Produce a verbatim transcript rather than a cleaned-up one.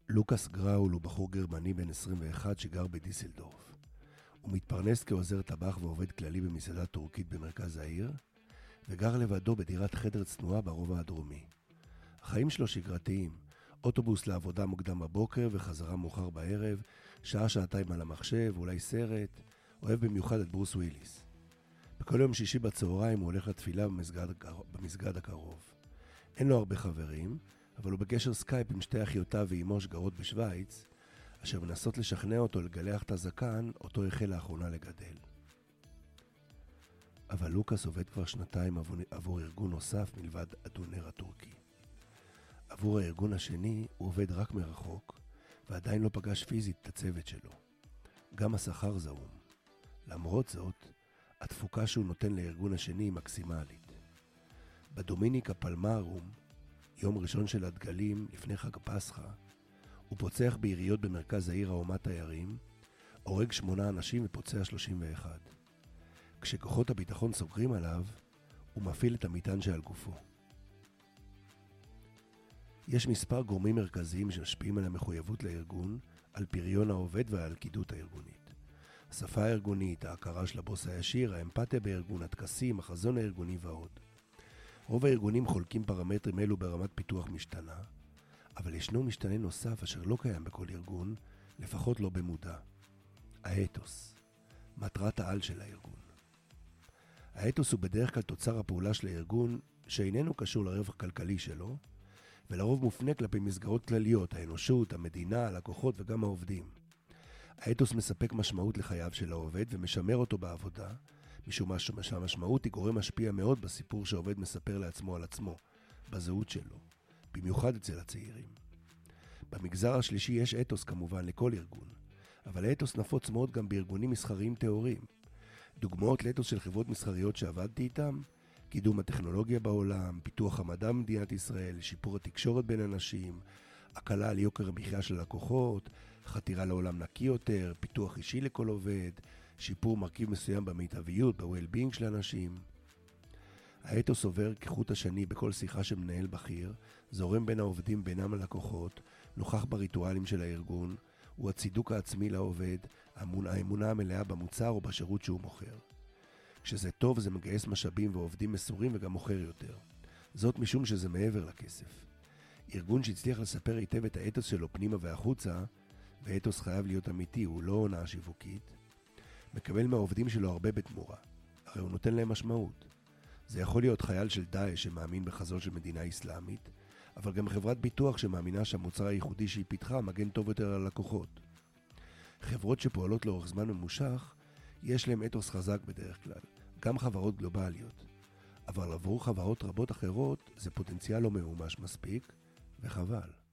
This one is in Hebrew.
לוקאס גראול הוא בחור גרמני בן עשרים ואחת שגר בדיסלדורף. הוא מתפרנס כעוזר טבח ועובד כללי במסעדה טורקית במרכז העיר, וגר לבדו בדירת חדר צנועה ברובע הדרומי. החיים שלו שגרתיים, אוטובוס לעבודה מוקדם בבוקר וחזרה מאוחר בערב, שעה-שעתיים על המחשב, אולי סרט, אוהב במיוחד את ברוס וויליס. בכל יום שישי בצהריים הוא הולך לתפילה במסגד, במסגד הקרוב. אין לו הרבה חברים, אבל הוא בקשר סקייפ עם שתי אחיותיו ואימו שגרות בשוויץ, אשר מנסות לשכנע אותו לגלח את הזקן, אותו החל לאחרונה לגדל. אבל לוקאס עובד כבר שנתיים עבור, עבור ארגון נוסף מלבד הדונר הטורקי. עבור הארגון השני הוא עובד רק מרחוק, ועדיין לא פגש פיזית את הצוות שלו. גם השכר זעום. למרות זאת, התפוקה שהוא נותן לארגון השני היא מקסימלית. בדומיניקה פלמרום, יום ראשון של הדגלים לפני חג הפסחא, הוא פוצח ביריות במרכז העיר העומת תיירים, הורג שמונה אנשים ופוצע שלושים ואחת. כשכוחות הביטחון סוגרים עליו, הוא מפעיל את המטען שעל גופו. יש מספר גורמים מרכזיים שמשפיעים על המחויבות לארגון, על פריון העובד ועל קידות הארגונית. השפה הארגונית, ההכרה של הבוס הישיר, האמפתיה בארגון, הטקסים, החזון הארגוני ועוד. רוב הארגונים חולקים פרמטרים אלו ברמת פיתוח משתנה, אבל ישנו משתנה נוסף אשר לא קיים בכל ארגון, לפחות לא במודע. האתוס, מטרת העל של הארגון. האתוס הוא בדרך כלל תוצר הפעולה של הארגון, שאיננו קשור לרווח כלכלי שלו, ולרוב מופנה כלפי מסגרות כלליות, האנושות, המדינה, הלקוחות וגם העובדים. האתוס מספק משמעות לחייו של העובד ומשמר אותו בעבודה, משום שהמשמעות היא גורם משפיע מאוד בסיפור שהעובד מספר לעצמו על עצמו, בזהות שלו, במיוחד אצל הצעירים. במגזר השלישי יש אתוס כמובן לכל ארגון, אבל האתוס נפוץ מאוד גם בארגונים מסחריים תיאוריים. דוגמאות לאתוס של חברות מסחריות שעבדתי איתם, קידום הטכנולוגיה בעולם, פיתוח המדע במדינת ישראל, שיפור התקשורת בין אנשים, הקלה על יוקר המחיה של לקוחות, חתירה לעולם נקי יותר, פיתוח אישי לכל עובד, שיפור מרכיב מסוים במיטביות, ב-well-being של אנשים. האתוס עובר כחוט השני בכל שיחה של מנהל בכיר, זורם בין העובדים בינם הלקוחות, נוכח בריטואלים של הארגון, הוא הצידוק העצמי לעובד, האמונה המלאה במוצר או בשירות שהוא מוכר. כשזה טוב זה מגייס משאבים ועובדים מסורים וגם מוכר יותר. זאת משום שזה מעבר לכסף. ארגון שהצליח לספר היטב את האתוס שלו פנימה והחוצה, ואתוס חייב להיות אמיתי, הוא לא עונה שיווקית, מקבל מהעובדים שלו הרבה בתמורה, הרי הוא נותן להם משמעות. זה יכול להיות חייל של דאעש שמאמין בחזון של מדינה אסלאמית, אבל גם חברת ביטוח שמאמינה שהמוצר הייחודי שהיא פיתחה מגן טוב יותר ללקוחות. חברות שפועלות לאורך זמן ממושך, יש להם אתוס חזק בדרך כלל, גם חברות גלובליות. אבל עבור חברות רבות אחרות זה פוטנציאל לא ממומש מספיק, וחבל.